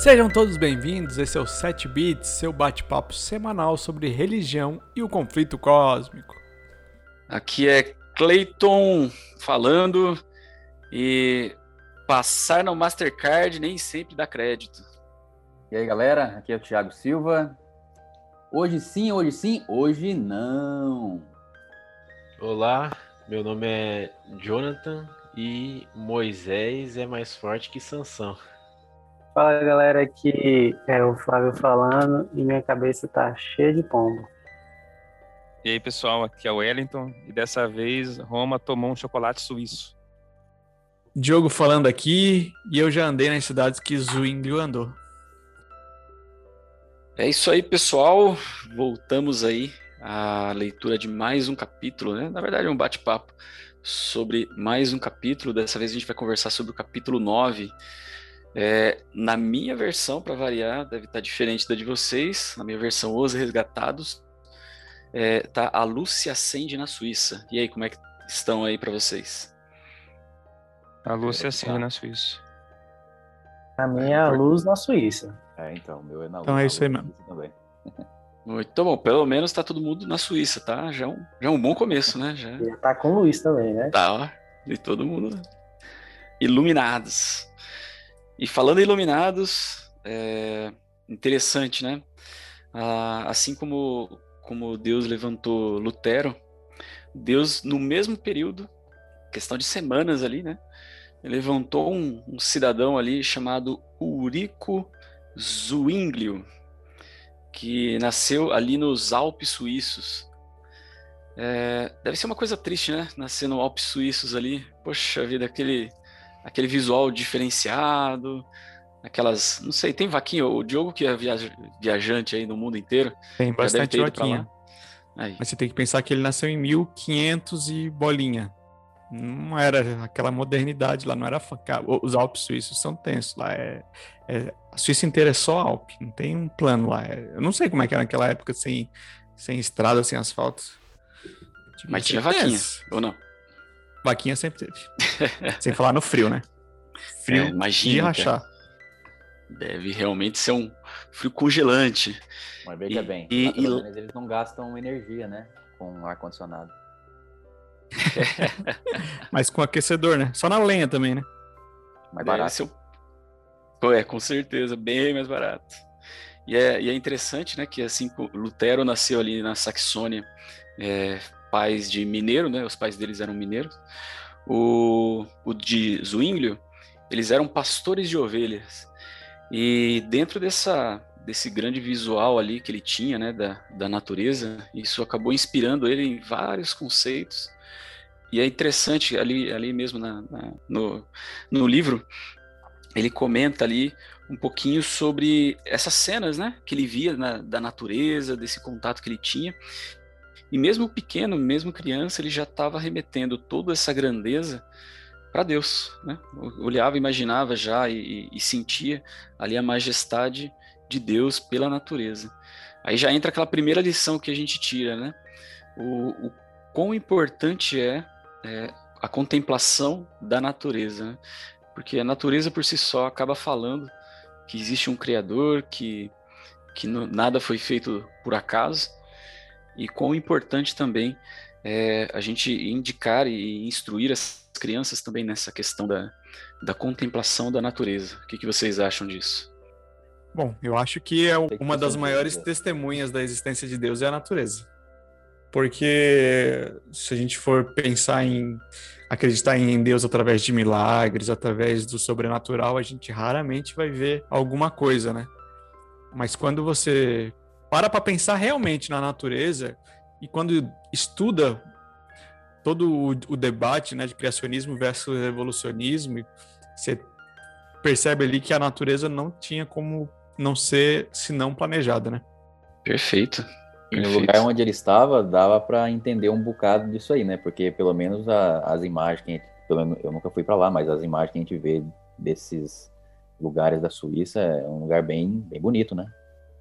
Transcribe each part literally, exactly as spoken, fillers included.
Sejam todos bem-vindos, esse é o sete bits, seu bate-papo semanal sobre religião e o conflito cósmico. Aqui é Clayton falando e passar no Mastercard nem sempre dá crédito. E aí galera, aqui é o Thiago Silva. Hoje sim, hoje sim, hoje não. Olá, meu nome é Jonathan e Moisés é mais forte que Sansão. Fala galera, aqui é o Flávio falando e minha cabeça tá cheia de pombo. E aí pessoal, aqui é o Wellington e dessa vez Roma tomou um chocolate suíço. Diogo falando aqui e eu já andei nas cidades que Zwinglio andou. É isso aí, pessoal. Voltamos aí à leitura de mais um capítulo, né? Na verdade é um bate-papo sobre mais um capítulo. Dessa vez a gente vai conversar sobre o capítulo nove. É, na minha versão, para variar, deve estar diferente da de vocês. Na minha versão, Os Resgatados, é, tá A Luz se Acende na Suíça. E aí, como é que estão aí para vocês? A luz se acende na Suíça. A minha é a luz na Suíça. É, então, o meu é na luz. Então é isso aí mesmo. Também. Muito bom, pelo menos tá todo mundo na Suíça, tá? Já é um, já é um bom começo, né? Já Já tá com luz também, né? tá, ó, e todo mundo iluminados. E falando em iluminados, é interessante, né? Ah, assim como, como Deus levantou Lutero, Deus, no mesmo período, questão de semanas ali, né? Ele levantou um, um cidadão ali chamado Ulrico Zwinglio, que nasceu ali nos Alpes Suíços. É, deve ser uma coisa triste, né? Nascer nos Alpes Suíços ali. Poxa vida, aquele, aquele visual diferenciado, aquelas... Não sei, tem vaquinha? O Diogo, que é viaja, viajante aí no mundo inteiro, Tem já deve bastante ter ido pra vaquinha. lá. Aí. Mas você tem que pensar que ele nasceu em mil e quinhentos e bolinha. Não era aquela modernidade lá, não era... Os Alpes suíços são tensos lá. É, é, a Suíça inteira é só Alpe, não tem um plano lá. É, eu não sei como é que era naquela época, sem, sem estrada, sem asfalto. Mas tinha vaquinha, ou não? Vaquinha sempre teve. Sem falar no frio, né? Frio É, imagina, de rachar. Deve realmente ser um frio congelante. Mas veja E- bem, e- lá pelo e- menos eles não gastam energia, né? Com ar-condicionado. Mas com aquecedor, né? Só na lenha também, né? Mais Deve barato. ser um- É, com certeza, bem mais barato. E é, e é interessante, né, que assim, co- Lutero nasceu ali na Saxônia, é, pais de mineiro, né, os pais deles eram mineiros. O, o de Zwinglio, eles eram pastores de ovelhas. E dentro dessa, desse grande visual ali que ele tinha, né, da, da natureza, isso acabou inspirando ele em vários conceitos. E é interessante, ali, ali mesmo na, na- no, no livro, ele comenta ali um pouquinho sobre essas cenas, né, que ele via na- da natureza, desse contato que ele tinha. E mesmo pequeno, mesmo criança, ele já estava remetendo toda essa grandeza para Deus, né? Olhava, imaginava já e, e sentia ali a majestade de Deus pela natureza. Aí já entra aquela primeira lição que a gente tira, né? O, o quão importante é, é a contemplação da natureza, né? Porque a natureza por si só acaba falando que existe um Criador, que, que no- nada foi feito por acaso, e quão importante também é a gente indicar e instruir as crianças também nessa questão da, da contemplação da natureza. O que, que vocês acham disso? Bom, eu acho que é O que que uma você das diz, maiores Zé? testemunhas da existência de Deus é a natureza. Porque se a gente for pensar em acreditar em Deus através de milagres, através do sobrenatural, a gente raramente vai ver alguma coisa, né? Mas quando você para para pensar realmente na natureza e quando estuda todo o, o debate, né, de criacionismo versus evolucionismo, você percebe ali que a natureza não tinha como não ser senão planejada, né? Perfeito. E no Perfeito. lugar onde ele estava, dava para entender um bocado disso aí, né? Porque pelo menos a- as imagens que a gente, pelo menos, eu nunca fui para lá, mas as imagens que a gente vê desses lugares da Suíça é um lugar bem, bem bonito, né?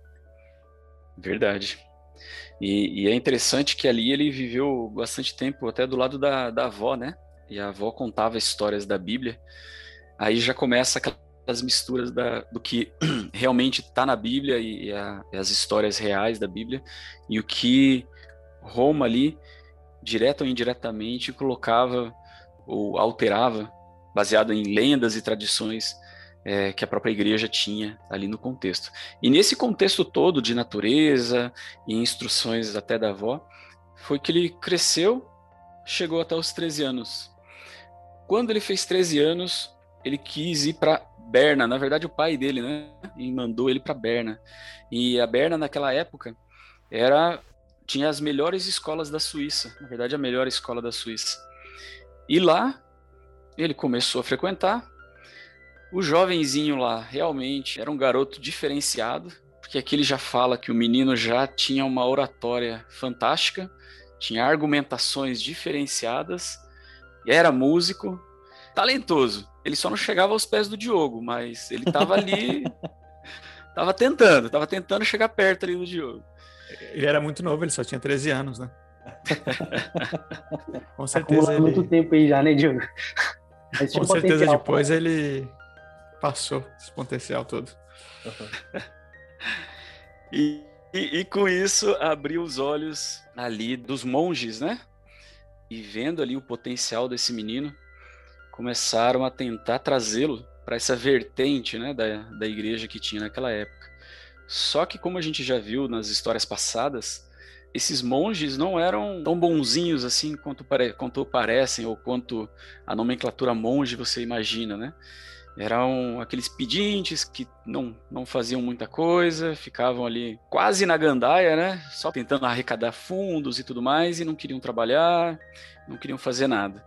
Verdade. E, e é interessante que ali ele viveu bastante tempo até do lado da, da avó, né? E a avó contava histórias da Bíblia. Aí já começa aquela as misturas da, do que realmente está na Bíblia e, e, a, e as histórias reais da Bíblia, e o que Roma ali, direta ou indiretamente, colocava ou alterava, baseado em lendas e tradições é, que a própria igreja tinha ali no contexto. E nesse contexto todo de natureza e instruções até da avó, foi que ele cresceu, chegou até os treze anos. Quando ele fez treze anos, ele quis ir para Berna, na verdade o pai dele, né, e mandou ele para Berna. E a Berna naquela época era tinha as melhores escolas da Suíça, na verdade a melhor escola da Suíça. E lá ele começou a frequentar. O jovenzinho lá realmente era um garoto diferenciado, porque aqui ele já fala que o menino já tinha uma oratória fantástica, tinha argumentações diferenciadas, era músico, talentoso. Ele só não chegava aos pés do Diogo, mas ele estava ali, estava tentando, estava tentando chegar perto ali do Diogo. Ele era muito novo, ele só tinha treze anos, né? Com certeza ele... muito tempo aí já, né, Diogo? Mas Com certeza depois cara. Ele passou esse potencial todo. e, e, e com isso abriu os olhos ali dos monges, né? E vendo ali o potencial desse menino, começaram a tentar trazê-lo para essa vertente, né, da, da igreja que tinha naquela época. Só que, como a gente já viu nas histórias passadas, esses monges não eram tão bonzinhos assim quanto, pare, quanto parecem, ou quanto a nomenclatura monge você imagina, né? Eram aqueles pedintes que não, não faziam muita coisa, ficavam ali quase na gandaia, né? Só tentando arrecadar fundos e tudo mais, e não queriam trabalhar, não queriam fazer nada.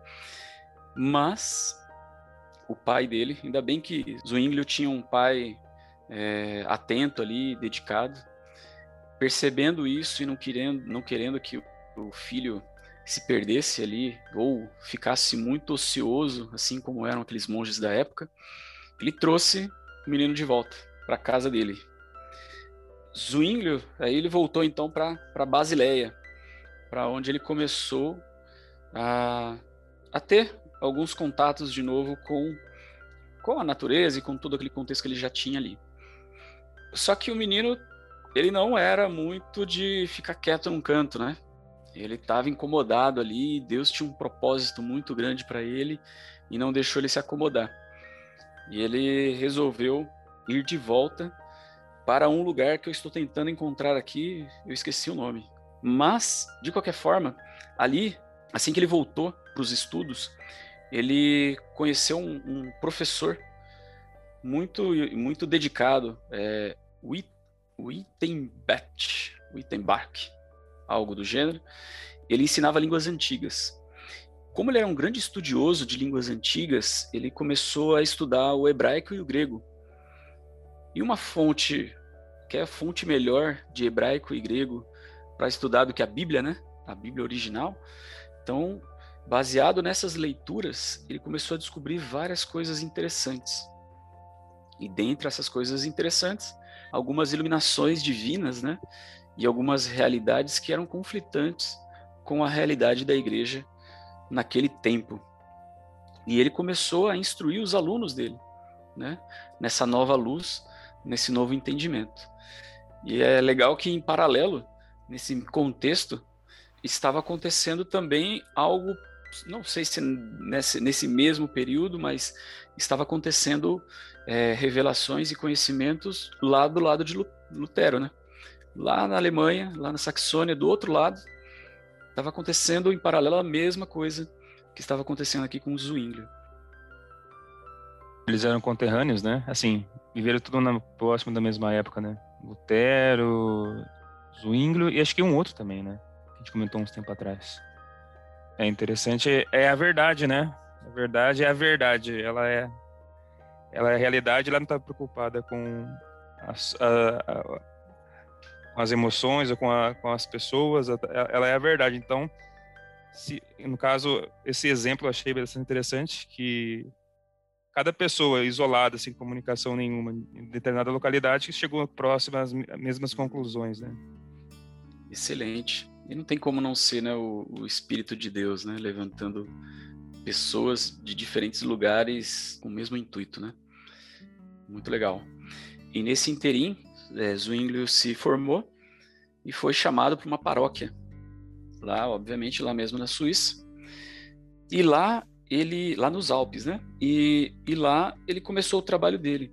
Mas o pai dele, ainda bem que Zwinglio tinha um pai é, atento ali, dedicado, percebendo isso e não querendo, não querendo que o filho se perdesse ali ou ficasse muito ocioso, assim como eram aqueles monges da época, ele trouxe o menino de volta para a casa dele. Zwinglio, aí ele voltou então para Basileia, para onde ele começou a, a ter alguns contatos de novo com, com a natureza e com todo aquele contexto que ele já tinha ali. Só que o menino, ele não era muito de ficar quieto num canto, né? Ele estava incomodado ali, Deus tinha um propósito muito grande para ele e não deixou ele se acomodar. E ele resolveu ir de volta para um lugar que eu estou tentando encontrar aqui, eu esqueci o nome. Mas, de qualquer forma, ali, assim que ele voltou para os estudos, ele conheceu um, um professor muito, muito dedicado, é, Wittenbach, Wittenbach, algo do gênero. Ele ensinava línguas antigas. Como ele era um grande estudioso de línguas antigas, ele começou a estudar o hebraico e o grego. E uma fonte, que é a fonte melhor de hebraico e grego para estudar do que a Bíblia, né? A Bíblia original. Então, baseado nessas leituras, ele começou a descobrir várias coisas interessantes. E dentre essas coisas interessantes, algumas iluminações divinas, né? E algumas realidades que eram conflitantes com a realidade da igreja naquele tempo. E ele começou a instruir os alunos dele, né? Nessa nova luz, nesse novo entendimento. E é legal que, em paralelo, nesse contexto, estava acontecendo também algo, não sei se nesse, nesse mesmo período, mas estava acontecendo é, revelações e conhecimentos lá do lado de Lutero, né? Lá na Alemanha, lá na Saxônia, do outro lado, estava acontecendo em paralelo a mesma coisa que estava acontecendo aqui com o Zwinglio. Eles eram conterrâneos, né? Assim, viveram tudo na, próximo da mesma época, né? Lutero, Zwinglio e acho que um outro também, né? Que a gente comentou uns tempo atrás. É interessante, é a verdade, né? A verdade é a verdade. Ela é, ela é a realidade, ela não está preocupada com as, a, a, com as emoções ou com, a, com as pessoas, ela é a verdade. Então, se, no caso, esse exemplo eu achei bastante interessante, que cada pessoa isolada, sem comunicação nenhuma, em determinada localidade, chegou próximo às mesmas conclusões, né? Excelente. E não tem como não ser, né, o, o Espírito de Deus, né, levantando pessoas de diferentes lugares com o mesmo intuito, né? muito legal. E nesse interim, é, Zwinglio se formou e foi chamado para uma paróquia, lá, obviamente, lá mesmo na Suíça. E lá, ele, lá nos Alpes, né? E, e lá ele começou o trabalho dele.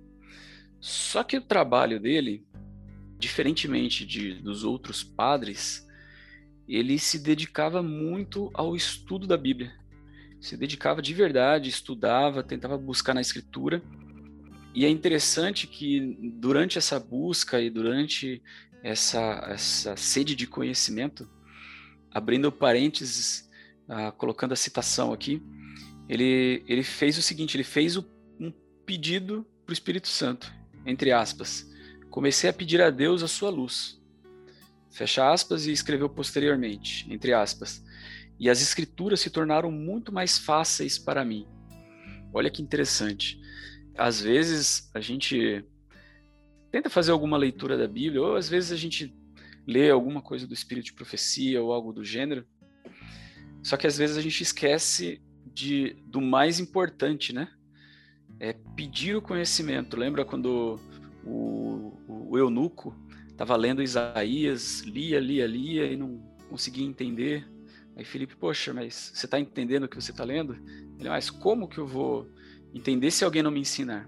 Só que o trabalho dele, diferentemente de, dos outros padres, ele se dedicava muito ao estudo da Bíblia. Se dedicava de verdade, estudava, tentava buscar na Escritura. E é interessante que durante essa busca e durante essa, essa sede de conhecimento, abrindo parênteses, uh, colocando a citação aqui, ele, ele fez o seguinte, ele fez o, um pedido para o Espírito Santo, entre aspas. Comecei a pedir a Deus a sua luz. Fecha aspas, e escreveu posteriormente, entre aspas. E as escrituras se tornaram muito mais fáceis para mim. Olha que interessante. Às vezes a gente tenta fazer alguma leitura da Bíblia, ou às vezes a gente lê alguma coisa do Espírito de Profecia ou algo do gênero, só que às vezes a gente esquece de, do mais importante, né? É pedir o conhecimento. Lembra quando o, o eunuco estava lendo Isaías, lia, lia, lia e não conseguia entender? Aí Filipe, poxa, mas você está entendendo o que você está lendo? Ele, mas como que eu vou entender se alguém não me ensinar?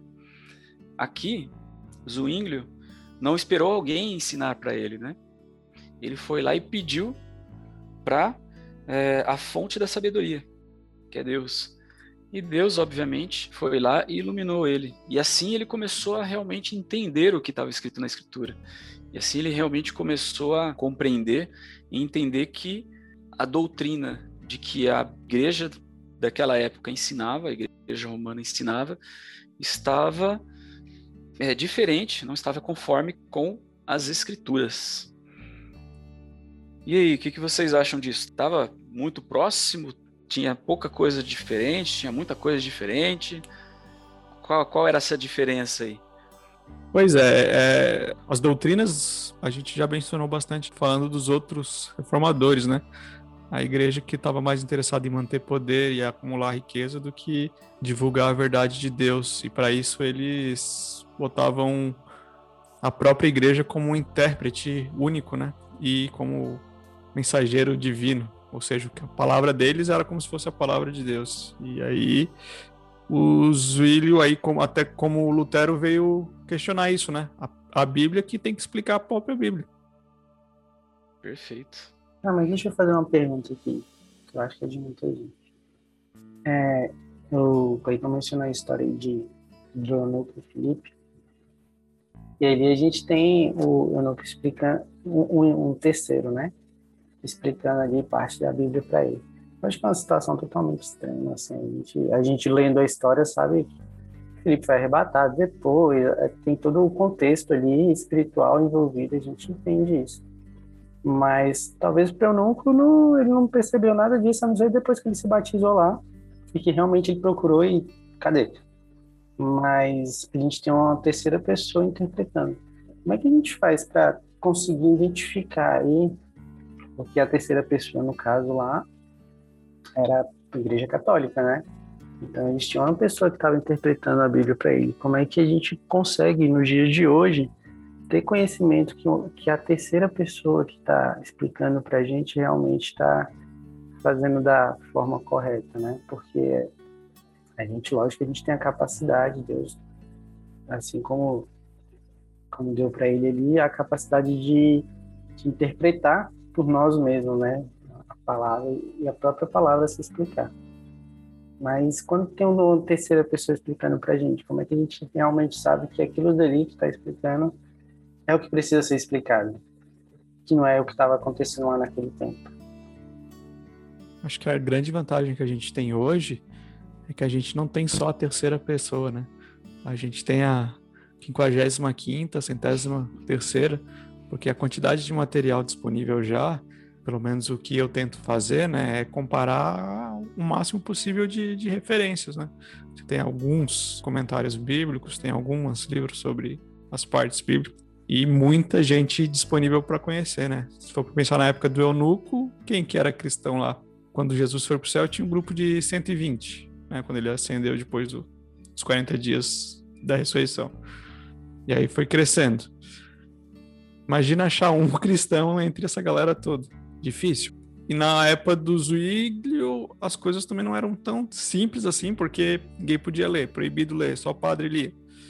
Aqui, Zwinglio não esperou alguém ensinar para ele, né? Ele foi lá e pediu para é, a fonte da sabedoria, que é Deus. E Deus, obviamente, foi lá e iluminou ele. E assim ele começou a realmente entender o que estava escrito na Escritura. E assim ele realmente começou a compreender e entender que a doutrina de que a igreja daquela época ensinava, a igreja romana ensinava, estava é, diferente, não estava conforme com as Escrituras. E aí, o que, que vocês acham disso? Estava muito próximo? Tinha pouca coisa diferente? Tinha muita coisa diferente? Qual, qual era essa diferença aí? Pois é, é, as doutrinas a gente já mencionou bastante falando dos outros reformadores, né? A igreja que estava mais interessada em manter poder e acumular riqueza do que divulgar a verdade de Deus. E para isso eles botavam a própria igreja como um intérprete único, né? E como mensageiro divino. Ou seja, a palavra deles era como se fosse a palavra de Deus. E aí o Zwinglio, aí, como, até como o Lutero veio questionar isso, né? A, a Bíblia que tem que explicar a própria Bíblia. Perfeito. Ah, mas deixa eu fazer uma pergunta aqui, que eu acho que é de muita gente. É, o Cleiton mencionou a história de, de Eunuco e Filipe. E ali a gente tem o Eunuco explicando, um, um terceiro, né? Explicando ali parte da Bíblia para ele. Eu acho que é uma situação totalmente extrema, assim. A gente, a gente lendo a história sabe que Filipe foi arrebatado depois, tem todo o contexto ali espiritual envolvido, a gente entende isso. Mas talvez para o Eunuco não, ele não percebeu nada disso, a não ser depois que ele se batizou lá, e que realmente ele procurou e cadê? Mas a gente tem uma terceira pessoa interpretando. Como é que a gente faz para conseguir identificar aí, porque a terceira pessoa, no caso lá, era a Igreja Católica, né? Então eles tinham uma pessoa que estava interpretando a Bíblia para ele. Como é que a gente consegue, nos dias de hoje, ter conhecimento que, que a terceira pessoa que está explicando para a gente realmente está fazendo da forma correta, né? Porque a gente, lógico que a gente tem a capacidade, Deus, assim como, como deu para ele ali, a capacidade de, de interpretar por nós mesmos, né? A palavra e a própria palavra se explicar. Mas quando tem uma terceira pessoa explicando para a gente, como é que a gente realmente sabe que aquilo dali que está explicando é o que precisa ser explicado, que não é o que estava acontecendo lá naquele tempo? Acho que a grande vantagem que a gente tem hoje é que a gente não tem só a terceira pessoa, né? A gente tem a quinquagésima quinta, centésima terceira, porque a quantidade de material disponível já, pelo menos o que eu tento fazer, né, é comparar o máximo possível de, de referências, né? Você tem alguns comentários bíblicos, tem alguns livros sobre as partes bíblicas, e muita gente disponível para conhecer, né? Se for pensar na época do eunuco, quem que era cristão lá? Quando Jesus foi para o céu, tinha um grupo de cento e vinte, né? Quando ele ascendeu depois do, dos quarenta dias da ressurreição. E aí foi crescendo. Imagina achar um cristão entre essa galera toda. Difícil. E na época do Zwinglio, as coisas também não eram tão simples assim, porque ninguém podia ler, proibido ler, só o padre lia.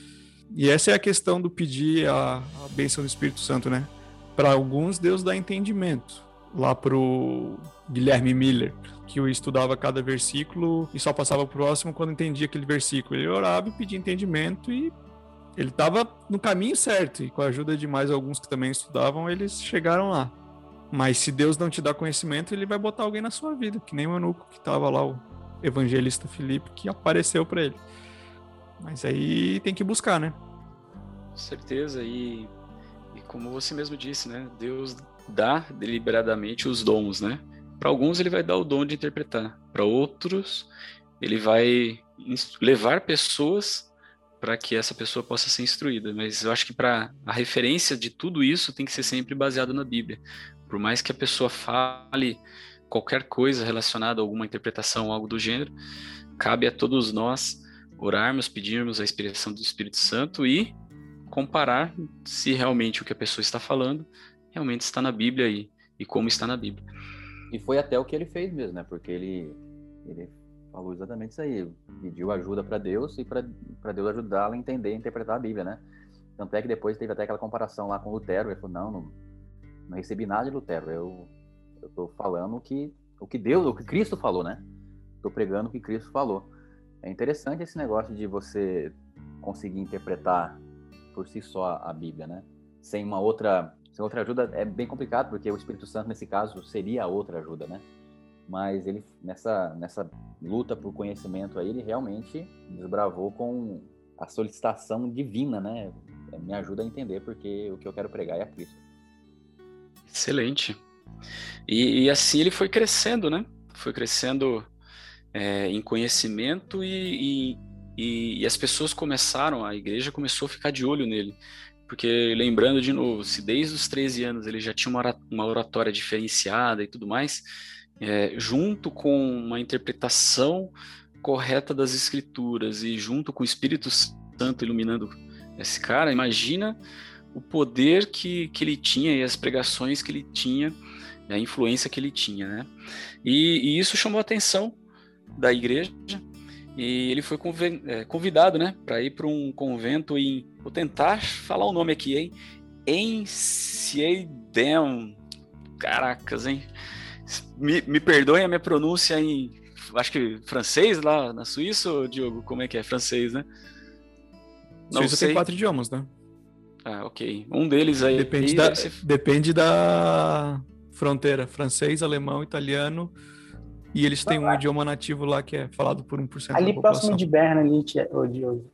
E essa é a questão do pedir a, a bênção do Espírito Santo, né? Para alguns, Deus dá entendimento. Lá pro Guilherme Miller, que eu estudava cada versículo e só passava pro próximo quando entendia aquele versículo. Ele orava e pedia entendimento e ele estava no caminho certo. E com a ajuda de mais alguns que também estudavam, eles chegaram lá. Mas se Deus não te dá conhecimento, ele vai botar alguém na sua vida, que nem o eunuco que estava lá, o evangelista Filipe, que apareceu para ele. Mas aí tem que buscar, né? Com certeza. E, e como você mesmo disse, né? Deus dá deliberadamente os dons, né? Para alguns ele vai dar o dom de interpretar, para outros ele vai levar pessoas para que essa pessoa possa ser instruída. Mas eu acho que para a referência de tudo isso tem que ser sempre baseado na Bíblia. Por mais que a pessoa fale qualquer coisa relacionada a alguma interpretação, algo do gênero, cabe a todos nós orarmos, pedirmos a inspiração do Espírito Santo e comparar se realmente o que a pessoa está falando realmente está na Bíblia e, e como está na Bíblia. E foi até o que ele fez mesmo, né? Porque ele, ele falou exatamente isso aí. Pediu ajuda para Deus e para Deus ajudá-lo a entender e interpretar a Bíblia, né? Tanto é que depois teve até aquela comparação lá com Lutero. Ele falou, não, não, não recebi nada de Lutero. Eu eu tô falando o que, o que Deus, o que Cristo falou, né? Tô pregando o que Cristo falou. É interessante esse negócio de você conseguir interpretar por si só a Bíblia, né? Sem uma outra... Sem outra ajuda é bem complicado, porque o Espírito Santo, nesse caso, seria a outra ajuda, né? Mas ele, nessa, nessa luta por conhecimento aí, ele realmente desbravou com a solicitação divina, né? Me ajuda a entender, porque o que eu quero pregar é a Cristo. Excelente. E, e assim ele foi crescendo, né? Foi crescendo é, em conhecimento e, e, e, e as pessoas começaram, a igreja começou a ficar de olho nele. Porque, lembrando de novo, se desde os treze anos ele já tinha uma oratória diferenciada e tudo mais, é, junto com uma interpretação correta das Escrituras e junto com o Espírito Santo iluminando esse cara, imagina o poder que, que ele tinha e as pregações que ele tinha, a influência que ele tinha, né? E, e isso chamou a atenção da igreja. E ele foi convidado, né, para ir para um convento em... Vou tentar falar o nome aqui, hein? Einsiedeln. Caracas, hein? Me, me perdoem a minha pronúncia em... Acho que francês lá na Suíça, Diogo? Como é que é? Francês, né? Não Suíça sei. Tem quatro idiomas, né? Ah, ok. Um deles aí... Depende, aí da, ser... depende da fronteira. Francês, alemão, italiano... E eles têm um ah, idioma nativo lá que é falado por um por cento ali da população. Ali próximo de Berna, ali, oh, de hoje.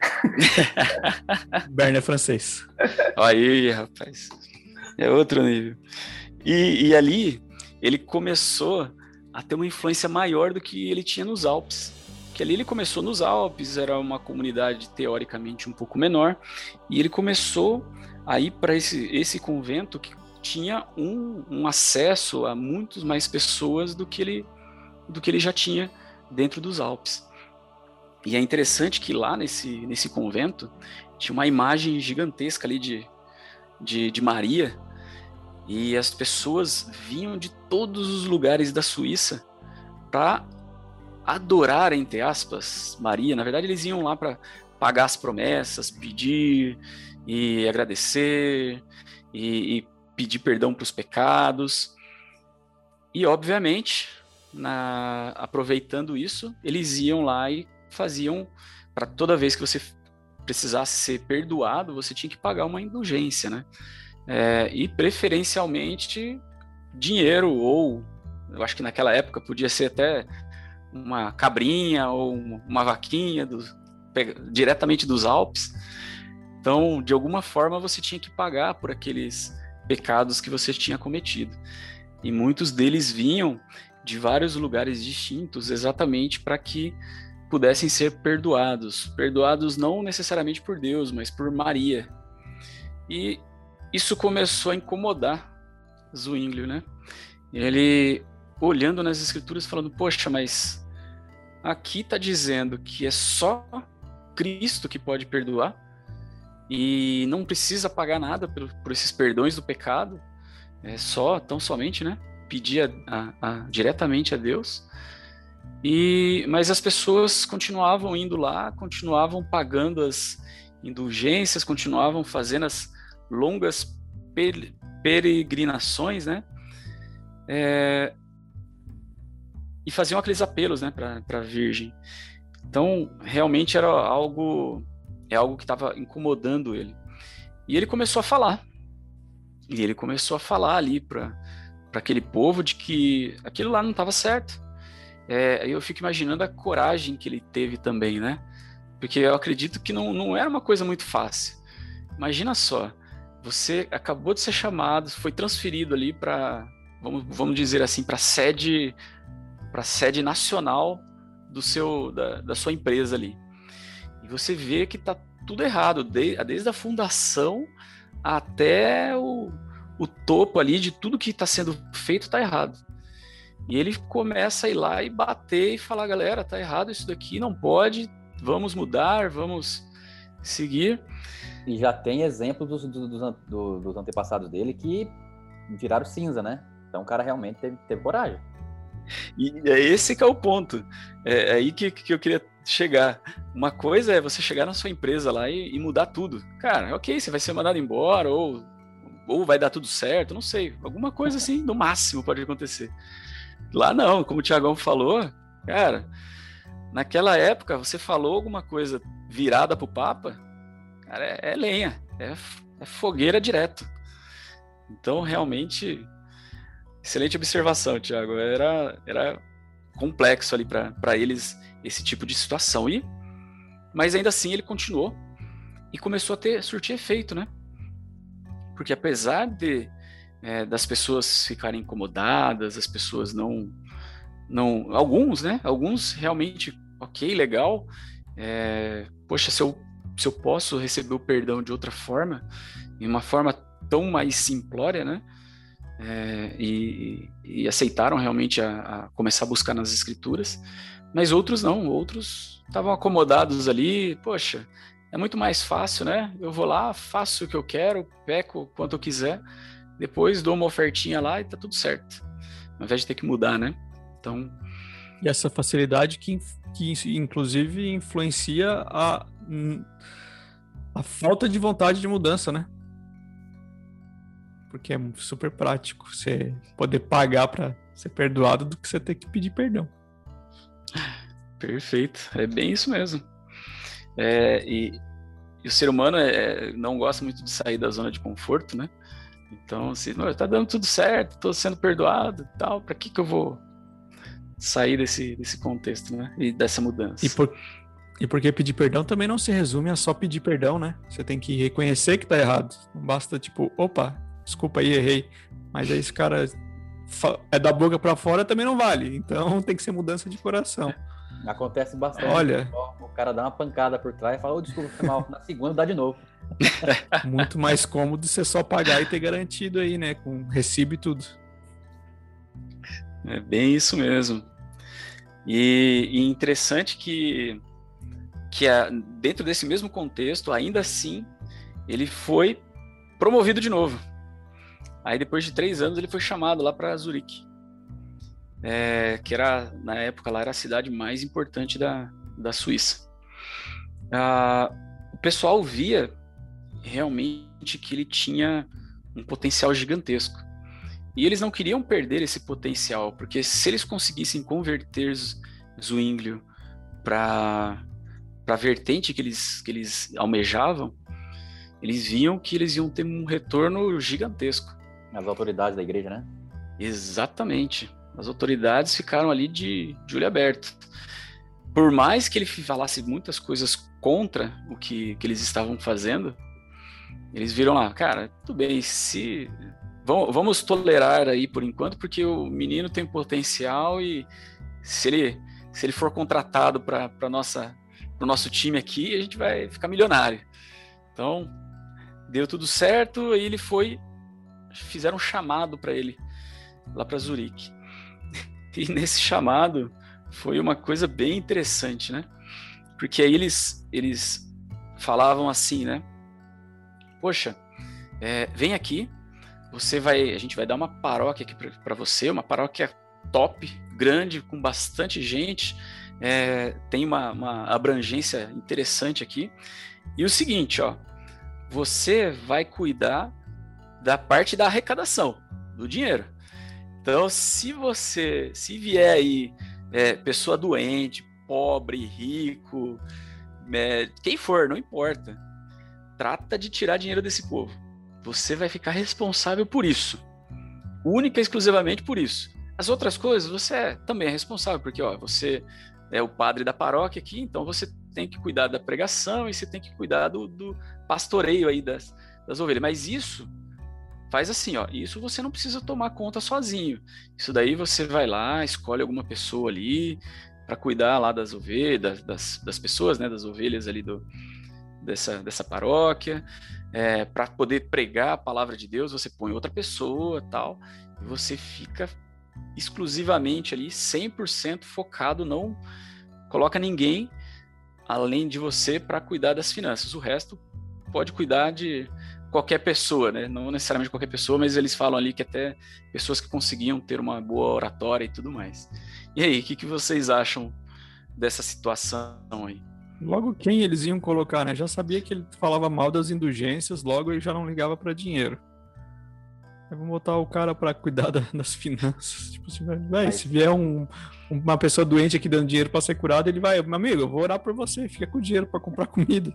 Berna é francês. Aí, rapaz. É outro nível. E, e ali, ele começou a ter uma influência maior do que ele tinha nos Alpes. Porque ali ele começou nos Alpes, era uma comunidade teoricamente um pouco menor, e ele começou a ir para esse, esse convento que tinha um, um acesso a muitas mais pessoas do que ele... do que ele já tinha dentro dos Alpes. E é interessante que lá nesse, nesse convento tinha uma imagem gigantesca ali de, de, de Maria, e as pessoas vinham de todos os lugares da Suíça para adorar, entre aspas, Maria. Na verdade, eles iam lá para pagar as promessas, pedir e agradecer e, e pedir perdão para os pecados. E, obviamente... Na, aproveitando isso, eles iam lá e faziam, para toda vez que você precisasse ser perdoado, você tinha que pagar uma indulgência, né? É, e preferencialmente dinheiro, ou eu acho que naquela época podia ser até uma cabrinha ou uma vaquinha do, diretamente dos Alpes. Então, de alguma forma, você tinha que pagar por aqueles pecados que você tinha cometido. E muitos deles vinham de vários lugares distintos, exatamente para que pudessem ser perdoados. Perdoados não necessariamente por Deus, mas por Maria. E isso começou a incomodar Zwinglio, né? Ele, olhando nas escrituras, falando, poxa, mas aqui está dizendo que é só Cristo que pode perdoar, e não precisa pagar nada por, por esses perdões do pecado, é só, tão somente, né, pedir a, a, a, diretamente a Deus. E, mas as pessoas continuavam indo lá, continuavam pagando as indulgências, continuavam fazendo as longas peregrinações, né, é, e faziam aqueles apelos, né, para a Virgem. Então, realmente era algo, é algo que estava incomodando ele. E ele começou a falar. E ele começou a falar ali para aquele povo de que aquilo lá não estava certo. É, eu fico imaginando a coragem que ele teve também, né? Porque eu acredito que não, não era uma coisa muito fácil. Imagina só, você acabou de ser chamado, foi transferido ali para, vamos, vamos dizer assim, para a sede, para a sede nacional do seu, da, da sua empresa ali. E você vê que tá tudo errado, desde, desde a fundação até o, o topo ali de tudo que está sendo feito tá errado. E ele começa a ir lá e bater e falar, galera, tá errado isso daqui, não pode, vamos mudar, vamos seguir. E já tem exemplos dos, dos, dos, dos antepassados dele que viraram cinza, né? Então o cara realmente teve, teve coragem. E é esse que é o ponto. É aí que, que eu queria chegar. Uma coisa é você chegar na sua empresa lá e, e mudar tudo. Cara, ok, você vai ser mandado embora ou, ou vai dar tudo certo, não sei. Alguma coisa assim, no máximo, pode acontecer. Lá não, como o Thiagão falou, cara, naquela época você falou alguma coisa virada pro Papa, cara, é, é lenha, é, é fogueira direto. Então, realmente... Excelente observação, Thiago. Era, era complexo ali para eles esse tipo de situação. E, mas ainda assim ele continuou e começou a ter, surtir efeito, né? Porque apesar de, é, das pessoas ficarem incomodadas, as pessoas não... não alguns, né? Alguns realmente, ok, legal. É, poxa, se eu, se eu posso receber o perdão de outra forma, de uma forma tão mais simplória, né? É, e, e aceitaram realmente a, a começar a buscar nas escrituras, mas outros não, outros estavam acomodados ali, poxa, é muito mais fácil, né? Eu vou lá, faço o que eu quero, peco quanto eu quiser, depois dou uma ofertinha lá e tá tudo certo, ao invés de ter que mudar, né? Então... E essa facilidade que, que inclusive influencia a, a falta de vontade de mudança, né? Porque é super prático você poder pagar para ser perdoado do que você ter que pedir perdão. Perfeito, é bem isso mesmo. É, e, e o ser humano é, não gosta muito de sair da zona de conforto, né? Então, se não, tá dando tudo certo, tô sendo perdoado e tal, para que que eu vou sair desse, desse contexto, né? E dessa mudança. E, por, e porque pedir perdão também não se resume a só pedir perdão, né? Você tem que reconhecer que tá errado. Não basta tipo, opa, desculpa aí, errei. Mas aí esse cara é da boca pra fora também não vale. Então tem que ser mudança de coração. Acontece bastante. Olha, o cara dá uma pancada por trás e fala, oh, desculpa, foi mal. Na segunda dá de novo. Muito mais cômodo você só pagar e ter garantido aí, né? Com recibo e tudo. É bem isso mesmo. E, e interessante que, que a, dentro desse mesmo contexto, ainda assim, ele foi promovido de novo. Aí depois de três anos ele foi chamado lá para Zurique, é, que era, na época lá, era a cidade mais importante da, da Suíça. Ah, o pessoal via realmente que ele tinha um potencial gigantesco. E eles não queriam perder esse potencial, porque se eles conseguissem converter Zwinglio para a vertente que eles, que eles almejavam, eles viam que eles iam ter um retorno gigantesco. As autoridades da igreja, né? Exatamente. As autoridades ficaram ali de, de olho aberto. Por mais que ele falasse muitas coisas contra o que, que eles estavam fazendo, eles viram lá, cara, tudo bem, se... vamos tolerar aí por enquanto, porque o menino tem potencial e se ele, se ele for contratado para o nosso time aqui, a gente vai ficar milionário. Então, deu tudo certo, aí ele foi, fizeram um chamado para ele lá para Zurique. E nesse chamado foi uma coisa bem interessante, né? Porque aí eles, eles falavam assim, né? poxa, é, vem aqui, você vai, a gente vai dar uma paróquia aqui para você, uma paróquia top, grande, com bastante gente, é, tem uma, uma abrangência interessante aqui. E o seguinte, ó, você vai cuidar da parte da arrecadação, do dinheiro. Então, se você, se vier aí é, pessoa doente, pobre, rico, é, quem for, não importa, trata de tirar dinheiro desse povo. Você vai ficar responsável por isso, única e exclusivamente por isso. As outras coisas, você é, também é responsável, porque ó, você é o padre da paróquia aqui, então você tem que cuidar da pregação e você tem que cuidar do, do pastoreio aí das, das ovelhas. Mas isso faz assim, ó, isso você não precisa tomar conta sozinho. Isso daí você vai lá, escolhe alguma pessoa ali para cuidar lá das ovelhas, das, das pessoas, né, das ovelhas ali do, dessa, dessa paróquia. É, para poder pregar a palavra de Deus, você põe outra pessoa, tal, e você fica exclusivamente ali, cem por cento focado, não coloca ninguém além de você para cuidar das finanças. O resto pode cuidar de qualquer pessoa, né? Não necessariamente qualquer pessoa, mas eles falam ali que até pessoas que conseguiam ter uma boa oratória e tudo mais. E aí, o que, que vocês acham dessa situação aí? Logo quem eles iam colocar, né? Já sabia que ele falava mal das indulgências, logo ele já não ligava para dinheiro. Aí vamos botar o cara para cuidar da, das finanças. Tipo assim, vai, se vier um, uma pessoa doente aqui dando dinheiro para ser curada, ele vai, meu amigo, eu vou orar por você, fica com dinheiro para comprar comida.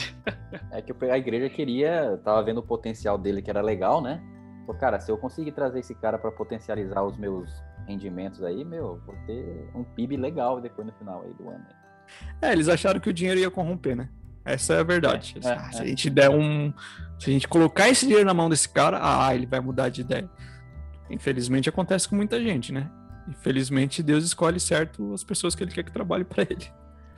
É que a igreja queria, tava vendo o potencial dele que era legal, né? Pô, cara, se eu conseguir trazer esse cara para potencializar os meus rendimentos aí, meu, vou ter um P I B legal depois no final aí do ano. É, eles acharam que o dinheiro ia corromper, né? Essa é a verdade. É, ah, é, se é. a gente der um... Se a gente colocar esse dinheiro na mão desse cara, ah, ele vai mudar de ideia. Infelizmente acontece com muita gente, né? Infelizmente Deus escolhe certo as pessoas que ele quer que trabalhem para ele.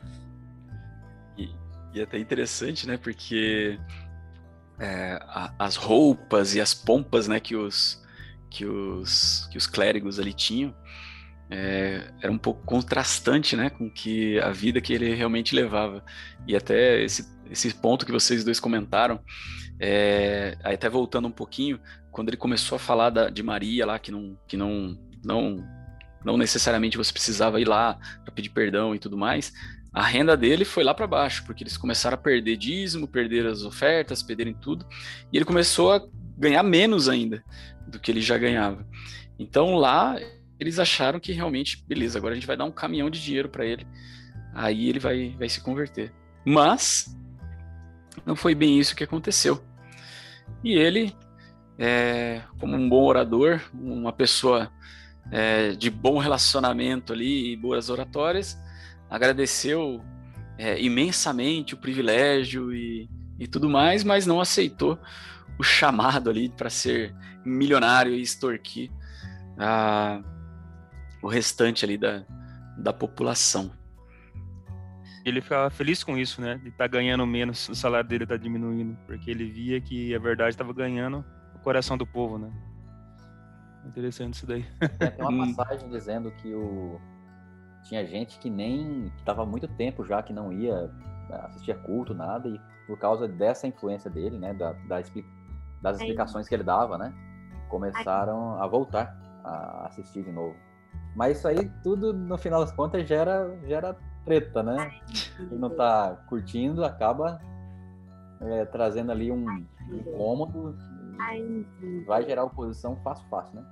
E, e é até interessante, né? Porque é, a, as roupas e as pompas, né, que os, que os, que os clérigos ali tinham, É, era um pouco contrastante, né, com que a vida que ele realmente levava. E até esse, esse ponto que vocês dois comentaram, é, aí até voltando um pouquinho, quando ele começou a falar da, de Maria lá, que não, que não, não, não necessariamente você precisava ir lá para pedir perdão e tudo mais, a renda dele foi lá para baixo, porque eles começaram a perder dízimo, perder as ofertas, perderem tudo, e ele começou a ganhar menos ainda do que ele já ganhava. Então lá eles acharam que realmente, beleza, agora a gente vai dar um caminhão de dinheiro para ele, aí ele vai, vai se converter. Mas não foi bem isso que aconteceu. E ele, é, como um bom orador, uma pessoa é, de bom relacionamento ali e boas oratórias, agradeceu é, imensamente o privilégio e, e tudo mais, mas não aceitou o chamado ali para ser milionário e extorquir a o restante ali da, da população. Ele ficava feliz com isso, né? Ele tá ganhando menos, o salário dele tá diminuindo, porque ele via que a verdade estava ganhando o coração do povo, né? Interessante isso daí. Tem até uma passagem dizendo que o... tinha gente que nem... que tava há muito tempo já que não ia assistir a culto, nada, e por causa dessa influência dele, né, da, da expli... das explicações que ele dava, né, começaram a voltar a assistir de novo. Mas isso aí tudo, no final das contas, gera, gera treta, né? Quem não tá curtindo acaba é, trazendo ali um incômodo e vai gerar oposição fácil, fácil, né?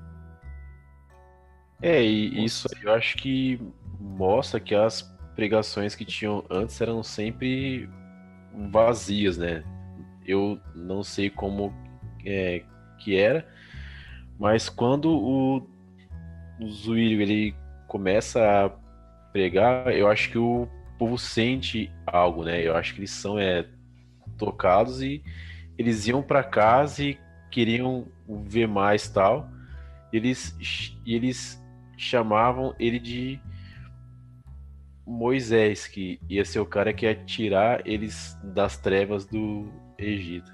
É, e isso aí eu acho que mostra que as pregações que tinham antes eram sempre vazias, né? Eu não sei como é, que era, mas quando o o Zuílio ele começa a pregar, eu acho que o povo sente algo, né? Eu acho que eles são é, tocados e eles iam para casa e queriam ver mais tal. Eles, e eles chamavam ele de Moisés, que ia ser o cara que ia tirar eles das trevas do Egito.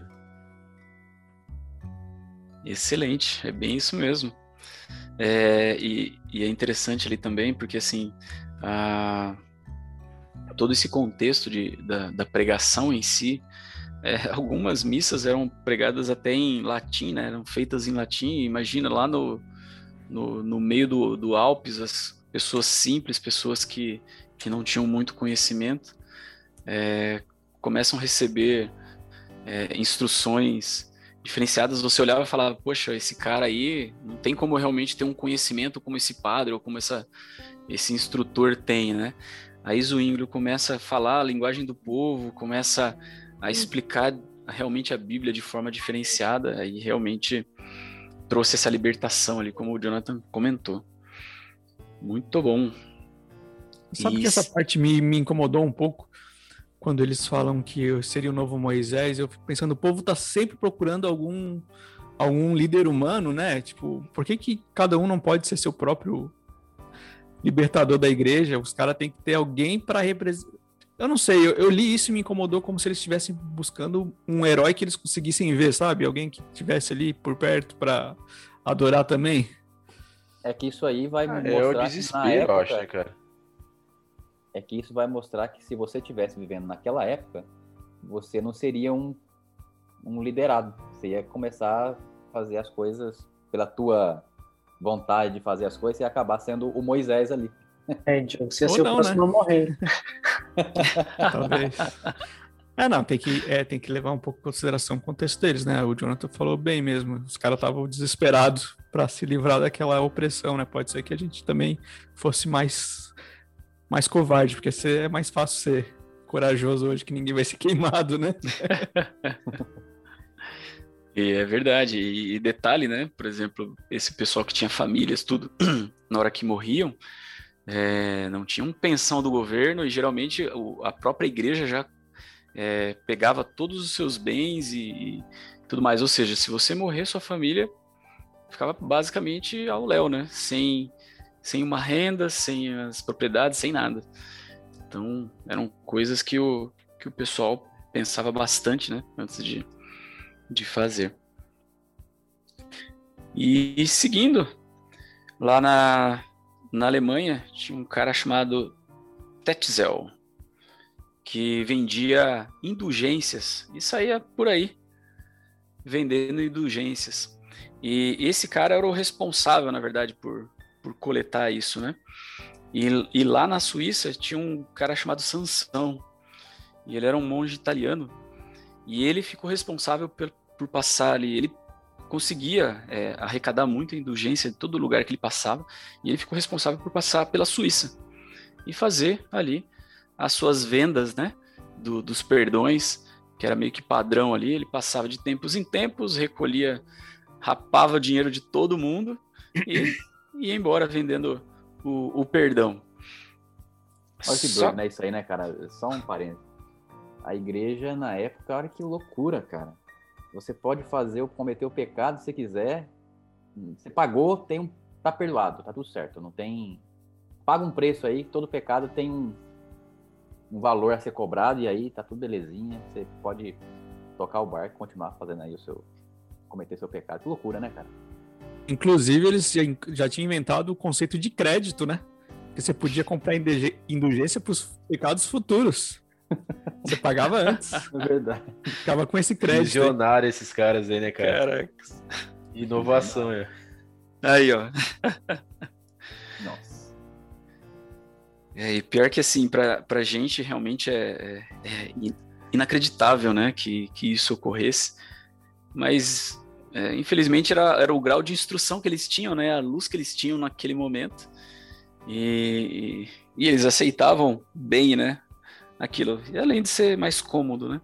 Excelente, é bem isso mesmo. É, e, e é interessante ali também, porque assim, a, todo esse contexto de, da, da pregação em si, é, algumas missas eram pregadas até em latim, né? Eram feitas em latim. Imagina lá no, no, no meio do, do Alpes, as pessoas simples, pessoas que, que não tinham muito conhecimento, é, começam a receber é, instruções diferenciadas. Você olhava e falava, poxa, esse cara aí não tem como realmente ter um conhecimento como esse padre ou como essa, esse instrutor tem, né? Aí Zwinglio começa a falar a linguagem do povo, começa a explicar realmente a Bíblia de forma diferenciada, aí realmente trouxe essa libertação ali, como o Jonathan comentou. Muito bom. Sabe E... que essa parte me, me incomodou um pouco? Quando eles falam que eu seria o novo Moisés, eu fico pensando, o povo tá sempre procurando algum, algum líder humano, né? Tipo, por que que cada um não pode ser seu próprio libertador da igreja? Os caras têm que ter alguém para representar. Eu não sei, eu, eu li isso e me incomodou como se eles estivessem buscando um herói que eles conseguissem ver, sabe? Alguém que estivesse ali por perto para adorar também. É que isso aí vai Ah, mostrar é o que na desespero, época, eu acho, né, cara? É que isso vai mostrar que se você estivesse vivendo naquela época, você não seria um, um liderado. Você ia começar a fazer as coisas pela tua vontade de fazer as coisas e acabar sendo o Moisés ali. É, Diogo, você ia Ou ser não, o próximo né? a morrer. Talvez. É, não, tem que, é, tem que levar um pouco em consideração o contexto deles, né? O Jonathan falou bem mesmo. Os caras estavam desesperados para se livrar daquela opressão, né? Pode ser que a gente também fosse mais, mais covarde, porque é mais fácil ser corajoso hoje, que ninguém vai ser queimado, né? E é verdade. E, e detalhe, né? Por exemplo, esse pessoal que tinha famílias, tudo, na hora que morriam, é, não tinham pensão do governo e geralmente o, a própria igreja já é, pegava todos os seus bens e, e tudo mais. Ou seja, se você morrer, sua família ficava basicamente ao léu, né? Sem, sem uma renda, sem as propriedades, sem nada. Então, eram coisas que o, que o pessoal pensava bastante, né? Antes de, de fazer. E, e seguindo, lá na, na Alemanha, tinha um cara chamado Tetzel, que vendia indulgências e saía por aí vendendo indulgências. E esse cara era o responsável, na verdade, por, por coletar isso, né? E, e lá na Suíça tinha um cara chamado Sansão, e ele era um monge italiano, e ele ficou responsável por, por passar ali, ele conseguia é, arrecadar muita indulgência de todo lugar que ele passava, e ele ficou responsável por passar pela Suíça e fazer ali as suas vendas, né, do, dos perdões, que era meio que padrão ali. Ele passava de tempos em tempos, recolhia, rapava o dinheiro de todo mundo e ia embora vendendo o, o perdão. Olha que Só... doido, né? Isso aí, né, cara? Só um parênteses. A igreja, na época, olha que loucura, cara. Você pode fazer, cometer o pecado se você quiser. Você pagou, tem um, tá perdoado, tá tudo certo. Não tem... Paga um preço aí, todo pecado tem um, um valor a ser cobrado, e aí tá tudo belezinha. Você pode tocar o barco e continuar fazendo aí o seu... cometer seu pecado. Que loucura, né, cara? Inclusive, eles já, já tinham inventado o conceito de crédito, né? Que você podia comprar indulgência para os pecados futuros. Você pagava antes. É verdade. Ficava com esse crédito. Visionário esses caras aí, né, cara? Caraca. Inovação, é. Aí, ó. Nossa. É, e pior que assim, pra, pra gente realmente é, é, é inacreditável, né, que, que isso ocorresse. Mas, é, infelizmente, era, era o grau de instrução que eles tinham, né, a luz que eles tinham naquele momento. E, e, e eles aceitavam bem, né, aquilo. E além de ser mais cômodo, né.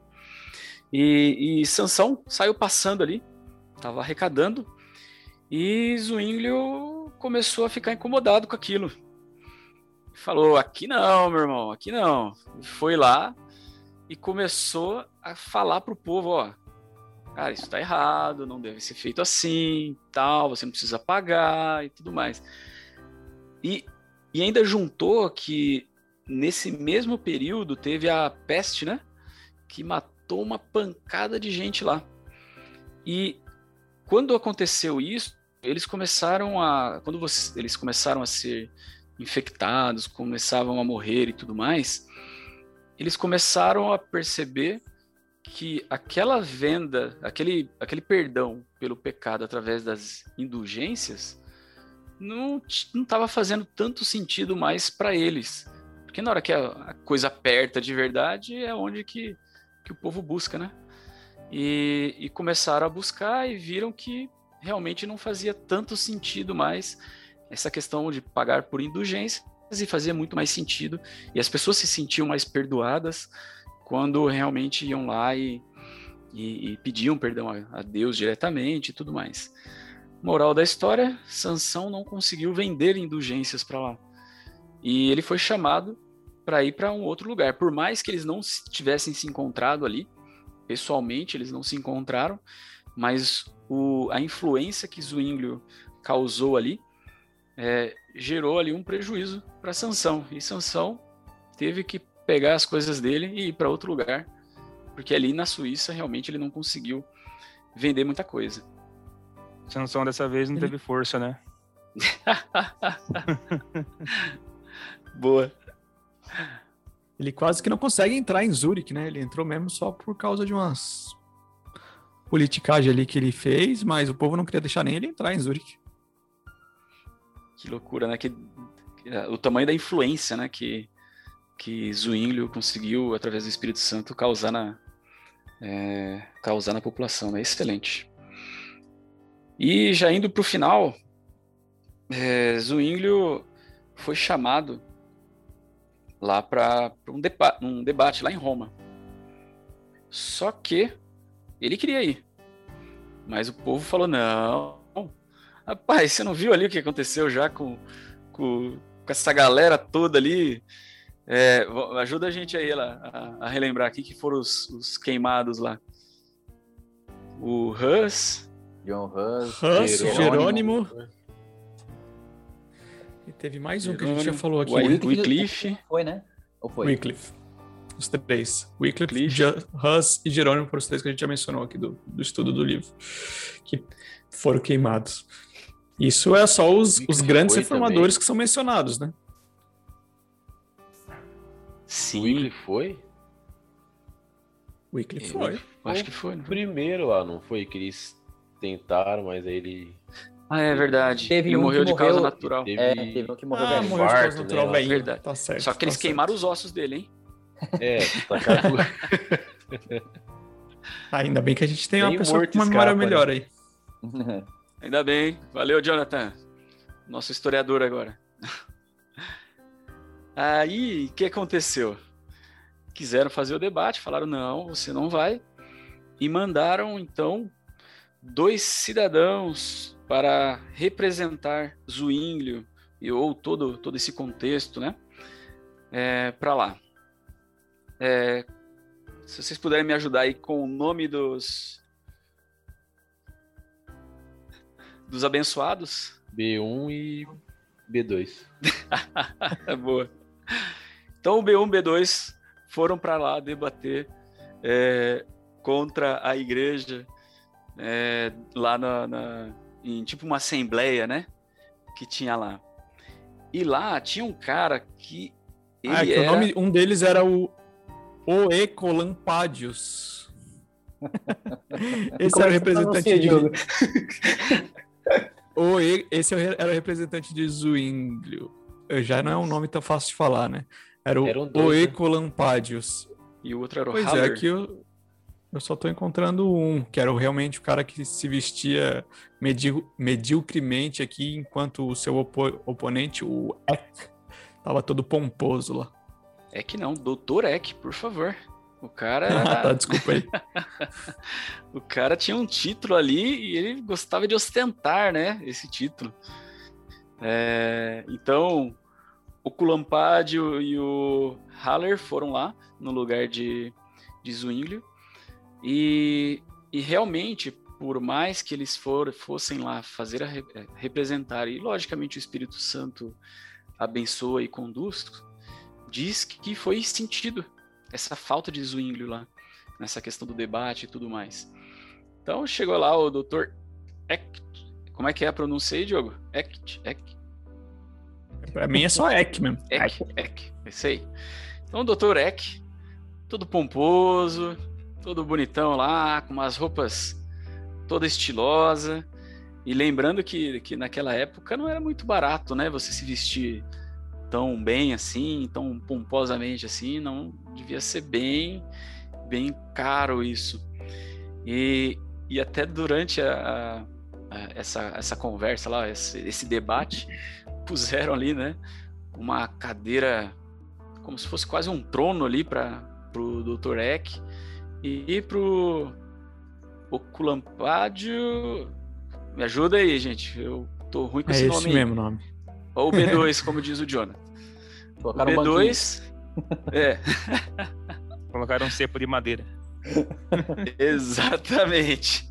E, e Sansão saiu passando ali, estava arrecadando, e Zwinglio começou a ficar incomodado com aquilo. Falou, aqui não, meu irmão, aqui não. Foi lá e começou a falar pro povo, ó, cara, isso tá errado, não deve ser feito assim, tal, você não precisa pagar e tudo mais. E, e ainda juntou que nesse mesmo período teve a peste, né, que matou uma pancada de gente lá. E quando aconteceu isso, eles começaram a, quando você, eles começaram a ser infectados, começavam a morrer e tudo mais, eles começaram a perceber que aquela venda, aquele, aquele perdão pelo pecado através das indulgências não estava fazendo tanto sentido mais para eles. Porque na hora que a, a coisa aperta de verdade é onde que, que o povo busca, né? E, e começaram a buscar e viram que realmente não fazia tanto sentido mais essa questão de pagar por indulgências, e fazia muito mais sentido. E as pessoas se sentiam mais perdoadas quando realmente iam lá e, e, e pediam perdão a, a Deus diretamente e tudo mais. Moral da história, Sansão não conseguiu vender indulgências para lá. E ele foi chamado para ir para um outro lugar. Por mais que eles não tivessem se encontrado ali, pessoalmente eles não se encontraram, mas o, a influência que Zuínglio causou ali é, gerou ali um prejuízo para Sansão. E Sansão teve que pegar as coisas dele e ir para outro lugar, porque ali na Suíça realmente ele não conseguiu vender muita coisa. Sansão dessa vez não teve força, né? Boa. Ele quase que não consegue entrar em Zurique, né? Ele entrou mesmo só por causa de umas politicagem ali que ele fez, mas o povo não queria deixar nem ele entrar em Zurique. Que loucura, né? Que, que, o tamanho da influência, né? Que, que Zuínglio conseguiu, através do Espírito Santo, causar na, é, causar na população, né? Excelente. E já indo para o final, é, Zuínglio foi chamado lá para um, deba- um debate lá em Roma. Só que ele queria ir, mas o povo falou, não, rapaz, você não viu ali o que aconteceu já com, com, com essa galera toda ali? É, ajuda a gente aí lá, a, a relembrar aqui que foram os, os queimados lá. O Hus, John Hus, Hus, Jerônimo. Jerônimo. E teve mais um Jerônimo, que a gente já falou aqui. o né? Wycliffe. Foi, né? Ou foi? Wycliffe. Os três. Wycliffe, Wycliffe. Je- Hus e Jerônimo foram os três que a gente já mencionou aqui do, do estudo do livro, que foram queimados. Isso é só os, os Wycliffe grandes foi reformadores também. que são mencionados, né? Sim, Wycliffe foi? Wycliffe Eu foi. acho que foi. O Não foi? primeiro lá, não foi? Que eles tentaram, mas aí ele Ah, é verdade. Teve Ele um que morreu de causa morreu- natural. teve... É, teve um que morreu Ah, velho. morreu de causa infarto, natural, né? velhinho. Verdade. Tá certo. Só que eles tá queimaram certo. os ossos dele, hein? É, tacaram... Ainda bem que a gente tem uma Nem pessoa morto com uma memória escapa, né? melhor aí. Ainda bem. Valeu, Jonathan. Nosso historiador agora. Aí, o que aconteceu? Quiseram fazer o debate, falaram, não, você não vai. E mandaram, então, dois cidadãos para representar Zuínglio, e, ou todo, todo esse contexto, né? É, para lá. É, se vocês puderem me ajudar aí com o nome dos... dos abençoados. B um e B dois. É boa. Então o B um, B dois foram para lá debater é, contra a igreja é, lá na, na, em tipo uma assembleia, né? Que tinha lá. E lá tinha um cara que ele Ah, é que era... o nome, um deles era o Oecolampadius. Esse Como era o é que você representante pronuncia, de... Diogo? O E- esse era o representante de Zuínglio. Já não é um nome tão fácil de falar, né? Era o Eram dois, né? Oecolampadius. E o outro era o Pois é, Haller. aqui eu, eu só tô encontrando um, que era realmente o cara que se vestia medi- medíocremente aqui, enquanto o seu opo- oponente, o Eck, tava todo pomposo lá. É que não, doutor Eck, por favor. O cara Ah, era... tá, desculpa aí. O cara tinha um título ali e ele gostava de ostentar, né, esse título. É, então, o Culampádio e o Haller foram lá no lugar de, de Zuínglio e, e realmente, por mais que eles for, fossem lá fazer a, representar, e logicamente o Espírito Santo abençoa e conduz, diz que foi sentido essa falta de Zuínglio lá, nessa questão do debate e tudo mais. Então chegou lá o doutor Eck. Como é que é a pronúncia aí, Diogo? Eck, Eck, Pra mim é só Eck mesmo. Eck, Eck, é isso aí. Então o doutor Eck, todo pomposo, todo bonitão lá, com umas roupas toda estilosa. E lembrando que, que naquela época não era muito barato, né? Você se vestir tão bem assim, tão pomposamente assim, não devia ser bem, bem caro isso. E, e até durante a, a, essa, essa conversa lá, esse, esse debate, puseram ali, né, uma cadeira como se fosse quase um trono ali para o doutor Eck e para o Oculampádio. Me ajuda aí, gente. Eu tô ruim com É esse esse nome aí. mesmo nome. Ou o B dois, como diz o Jonathan. O B dois... É. Colocaram um cepo de madeira. Exatamente.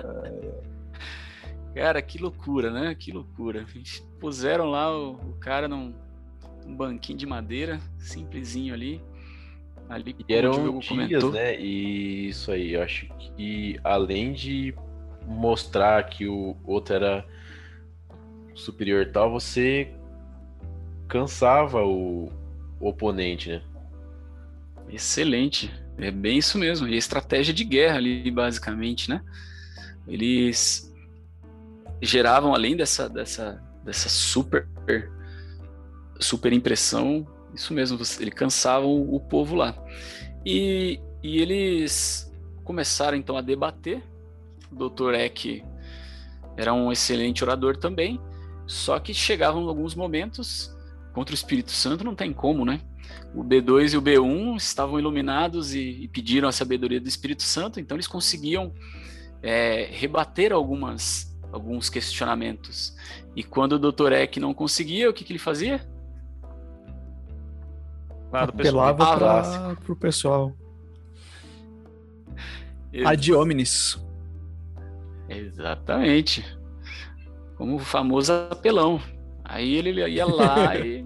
Cara, que loucura, né? Que loucura. Puseram lá o, o cara num, num banquinho de madeira, simplesinho ali. ali e eram dias, né? E isso aí, eu acho que além de mostrar que o outro era superior e tal, você cansava o, o oponente, né? Excelente, é bem isso mesmo. E a estratégia de guerra ali, basicamente, né? Eles geravam, além dessa, dessa, dessa super, super impressão, isso mesmo, eles cansavam o povo lá. E, e eles começaram então a debater. O doutor Eck era um excelente orador também, só que chegavam alguns momentos, contra o Espírito Santo não tem como, né? O B dois e o B um estavam iluminados e, e pediram a sabedoria do Espírito Santo, então eles conseguiam é, rebater algumas, alguns questionamentos. E quando o doutor Eck não conseguia, o que, que ele fazia? Claro, pessoal. Apelava para o pessoal. Ad homines. Exatamente. Como o famoso apelão. Aí ele ia lá e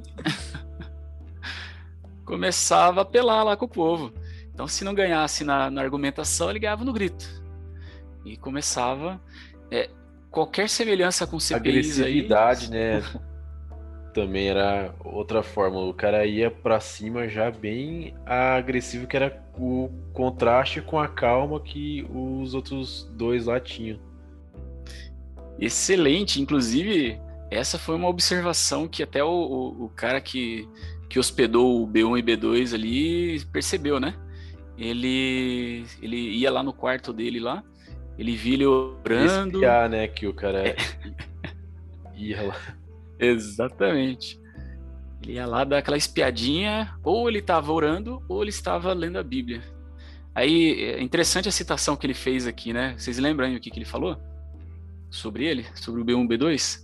começava a apelar lá com o povo. Então, se não ganhasse na, na argumentação, ele ganhava no grito. E começava... É, qualquer semelhança com C P Is agressividade, aí... né? Também era outra forma. O cara ia pra cima já bem agressivo, que era o contraste com a calma que os outros dois lá tinham. Excelente. Inclusive, essa foi uma observação que até o, o, o cara que, que hospedou o B um e B dois ali percebeu, né? Ele, ele ia lá no quarto dele lá, ele via ele orando. Espiar, né? Que o cara é. ia lá. Exatamente. Ele ia lá dar aquela espiadinha, ou ele estava orando, ou ele estava lendo a Bíblia. Aí, é interessante a citação que ele fez aqui, né? Vocês lembram aí o que, que ele falou? Sobre ele? Sobre o B um e B dois?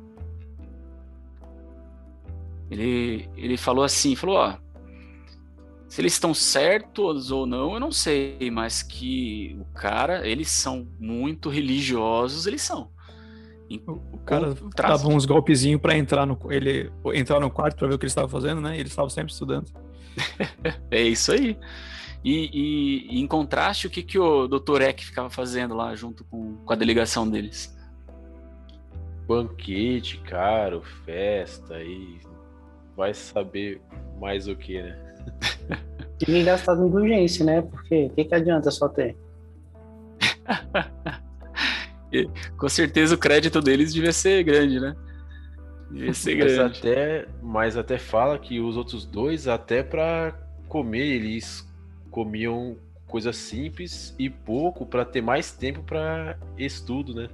Ele, ele falou assim, falou, ó, se eles estão certos ou não, eu não sei, mas que o cara, eles são muito religiosos, eles são. O cara dava uns golpezinhos pra entrar no, ele, entrar no quarto pra ver o que ele estava fazendo, né? Eles estavam sempre estudando. É isso aí. E, e, e em contraste, o que, que o doutor Eck ficava fazendo lá junto com, com a delegação deles? Banquete, caro, festa, e vai saber mais o que, né? Tinha gastado indulgência, né? Porque o que, que adianta só ter? E, com certeza o crédito deles devia ser grande, né? Devia ser mas grande. Até, mas até fala que os outros dois, até para comer, eles comiam coisas simples e pouco para ter mais tempo para estudo, né?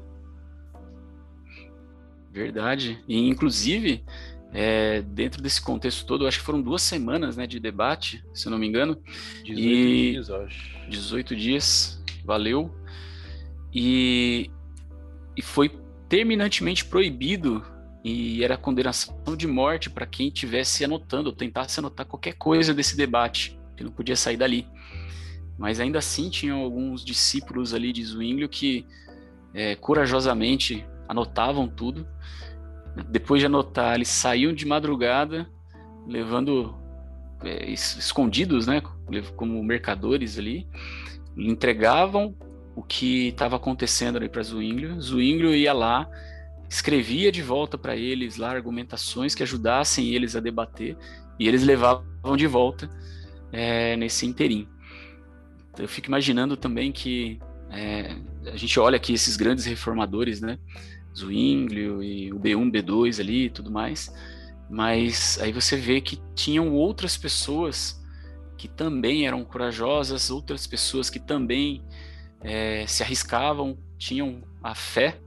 Verdade. E inclusive, é, dentro desse contexto todo, eu acho que foram duas semanas, né, de debate, se eu não me engano. dezoito e... dias, eu acho. dezoito dias, valeu. E... e foi terminantemente proibido, e era condenação de morte para quem tivesse anotando, ou tentasse anotar qualquer coisa desse debate, que não podia sair dali. Mas ainda assim tinham alguns discípulos ali de Zwinglio que é, corajosamente anotavam tudo. Depois de anotar, eles saíam de madrugada, levando é, escondidos, né, como mercadores ali, entregavam o que estava acontecendo ali para Zwinglio. Zwinglio ia lá, escrevia de volta para eles lá argumentações que ajudassem eles a debater, e eles levavam de volta é, nesse interim. eu fico imaginando também que é, a gente olha aqui esses grandes reformadores, né? Zwinglio e o B um, B dois ali e tudo mais, mas aí você vê que tinham outras pessoas que também eram corajosas, outras pessoas que também é, se arriscavam, tinham a fé,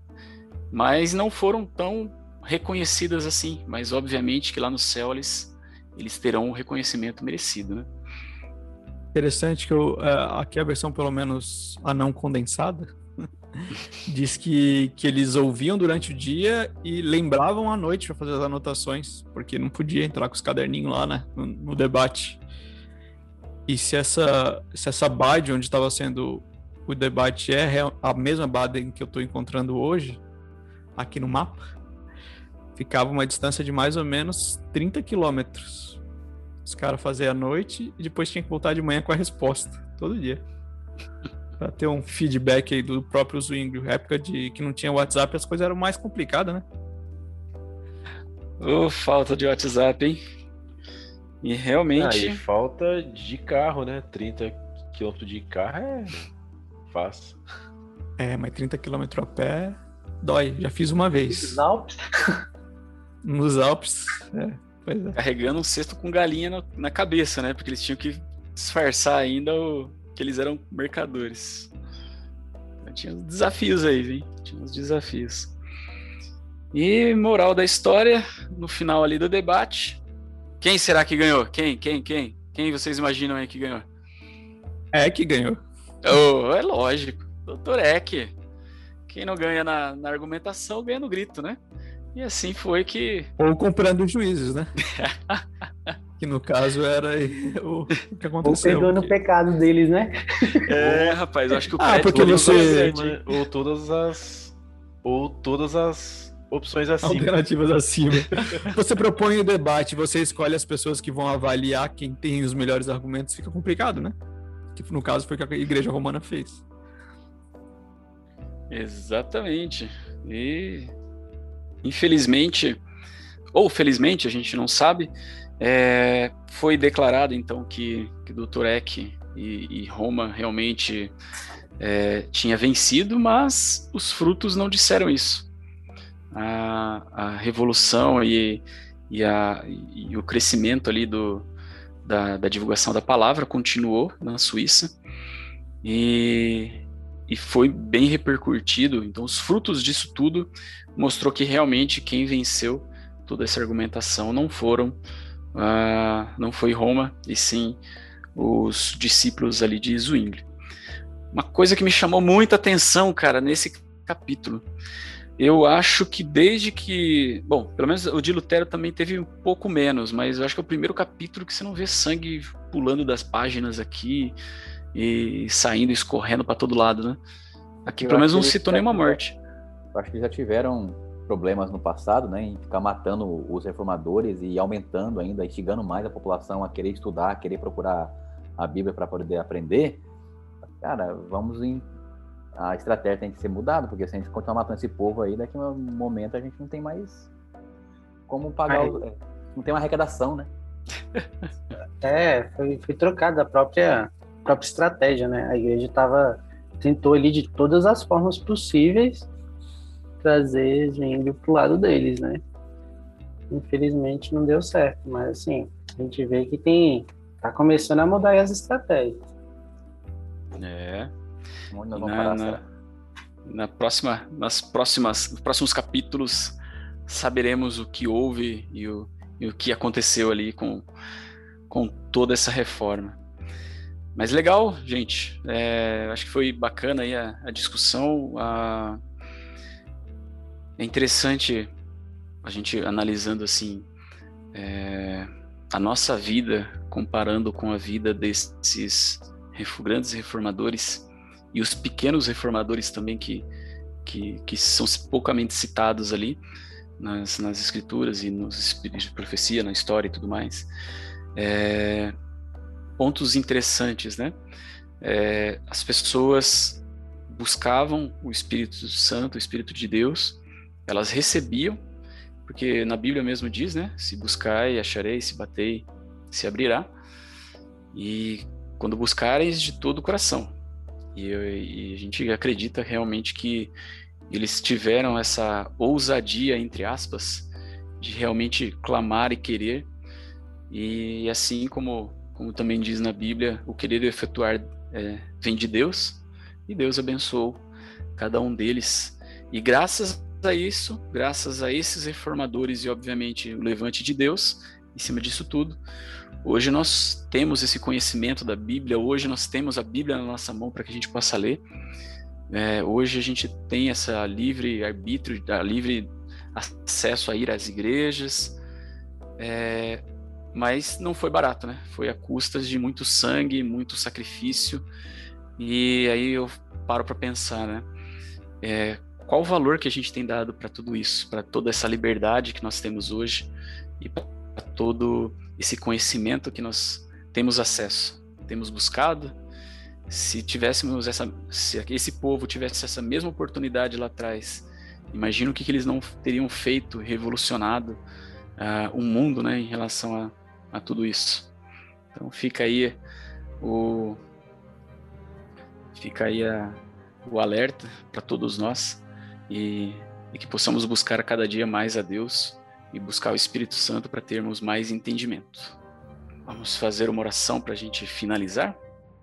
mas não foram tão reconhecidas assim, mas obviamente que lá no céu eles, eles terão o reconhecimento merecido, né? Interessante que eu, aqui a versão, pelo menos a não condensada, diz que, que eles ouviam durante o dia e lembravam à noite para fazer as anotações, porque não podia entrar com os caderninhos lá, né, no, no debate. E se essa, se essa bade onde estava sendo o debate é a mesma bade em que eu estou encontrando hoje, aqui no mapa, ficava uma distância de mais ou menos trinta quilômetros. Os caras faziam à noite e depois tinha que voltar de manhã com a resposta, todo dia. Pra ter um feedback aí do próprio Zwinglio. Época de que não tinha WhatsApp, as coisas eram mais complicadas, né? Ô, oh, falta de WhatsApp, hein? E realmente... Ah, e falta de carro, né? trinta quilômetros de carro é fácil. É, mas trinta quilômetros a pé dói. Já fiz uma vez. Nos Alpes? Nos Alpes, é. Pois é. Carregando um cesto com galinha na, na cabeça, né? Porque eles tinham que disfarçar ainda o, que eles eram mercadores. Então, tinha uns desafios aí, hein? Tinha uns desafios. E moral da história, no final ali do debate, quem será que ganhou? Quem? Quem? Quem? Quem vocês imaginam aí que ganhou? É que ganhou. Oh, é lógico. doutor Eck. Quem não ganha na, na argumentação, ganha no grito, né? E assim foi que... Ou comprando juízes, né? Que no caso era o, o que aconteceu. Ou perdoando o pecado deles, né? É, rapaz, eu acho que o Ah, porque você... Ou todas as... Ou todas as opções acima. Alternativas acima. Você propõe o debate, você escolhe as pessoas que vão avaliar quem tem os melhores argumentos, fica complicado, né? Que no caso foi o que a Igreja Romana fez. Exatamente. E... infelizmente, ou felizmente, a gente não sabe, é, foi declarado então que, que o doutor Eck e, e Roma realmente é, tinha vencido, mas os frutos não disseram isso. A, a revolução e, e, a, e o crescimento ali do, da, da divulgação da palavra continuou na Suíça e, e foi bem repercutido. Então, os frutos disso tudo mostrou que realmente quem venceu toda essa argumentação não foram, uh, não foi Roma, e sim os discípulos ali de Zwinglio. Uma coisa que me chamou muita atenção, cara, nesse capítulo, eu acho que desde que, bom, pelo menos o de Lutero também teve um pouco menos, mas eu acho que é o primeiro capítulo que você não vê sangue pulando das páginas aqui e saindo, escorrendo para todo lado, né? Aqui Eu pelo menos acho não que citou eles nenhuma já morte. Eu acho que já tiveram problemas no passado, né, em ficar matando os reformadores e aumentando ainda, instigando mais a população a querer estudar, a querer procurar a Bíblia para poder aprender. Cara, vamos em... a estratégia tem que ser mudada, porque se a gente continuar matando esse povo aí, daqui a um momento a gente não tem mais como pagar, os... não tem uma arrecadação, né? É, foi, foi trocada a própria, própria estratégia, né? A igreja tava, tentou ali de todas as formas possíveis trazer Zwinglio pro lado deles, né? Infelizmente não deu certo, mas assim, a gente vê que tem, tá começando a mudar as estratégias. É. Onde nós vamos Na, parar, na, será? na próxima, nas próximas, nos próximos capítulos saberemos o que houve e o, e o que aconteceu ali com, com toda essa reforma. Mas legal, gente. É, acho que foi bacana aí a, a discussão. A, é interessante a gente analisando assim é, a nossa vida, comparando com a vida desses grandes reformadores e os pequenos reformadores também que, que, que são poucamente citados ali nas, nas escrituras e nos espíritos de profecia, na história e tudo mais. É, pontos interessantes, né? É, as pessoas buscavam o Espírito Santo, o Espírito de Deus, elas recebiam, porque na Bíblia mesmo diz, né? Se buscai, acharei, se batei, se abrirá. E quando buscares de todo o coração. E, e a gente acredita realmente que eles tiveram essa ousadia, entre aspas, de realmente clamar e querer. E assim como, como também diz na Bíblia, o querer e efetuar é, vem de Deus, e Deus abençoou cada um deles. E graças a isso, graças a esses reformadores e obviamente o levante de Deus, em cima disso tudo, hoje nós temos esse conhecimento da Bíblia, hoje nós temos a Bíblia na nossa mão para que a gente possa ler. É, hoje a gente tem essa livre arbítrio, livre acesso a ir às igrejas, é, mas não foi barato, né? Foi a custas de muito sangue, muito sacrifício. E aí eu paro para pensar, né? É, qual o valor que a gente tem dado para tudo isso, para toda essa liberdade que nós temos hoje e para todo esse conhecimento que nós temos acesso, temos buscado? Se tivéssemos essa, se esse povo tivesse essa mesma oportunidade lá atrás, imagino o que, que eles não teriam feito, revolucionado uh, o mundo, né, em relação a, a tudo isso. Então fica aí o fica aí a, o alerta para todos nós e, e que possamos buscar a cada dia mais a Deus e buscar o Espírito Santo para termos mais entendimento. Vamos fazer uma oração para a gente finalizar?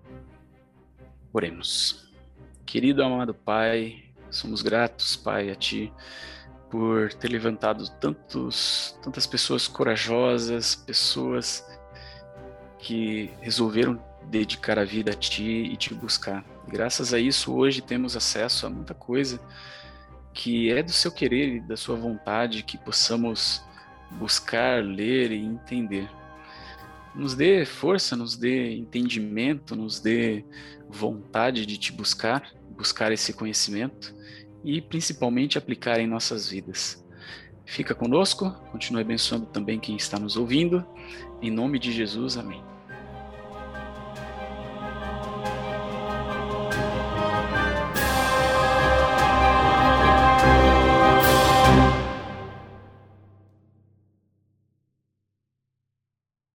Oremos. Querido amado Pai, somos gratos, Pai, a Ti por ter levantado tantos, tantas pessoas corajosas, pessoas que resolveram dedicar a vida a Ti e Te buscar. Graças a isso, hoje temos acesso a muita coisa que é do Seu querer e da Sua vontade, que possamos buscar, ler e entender. Nos dê força, nos dê entendimento, nos dê vontade de Te buscar, buscar esse conhecimento e principalmente aplicar em nossas vidas. Fica conosco, continue abençoando também quem está nos ouvindo. Em nome de Jesus, amém.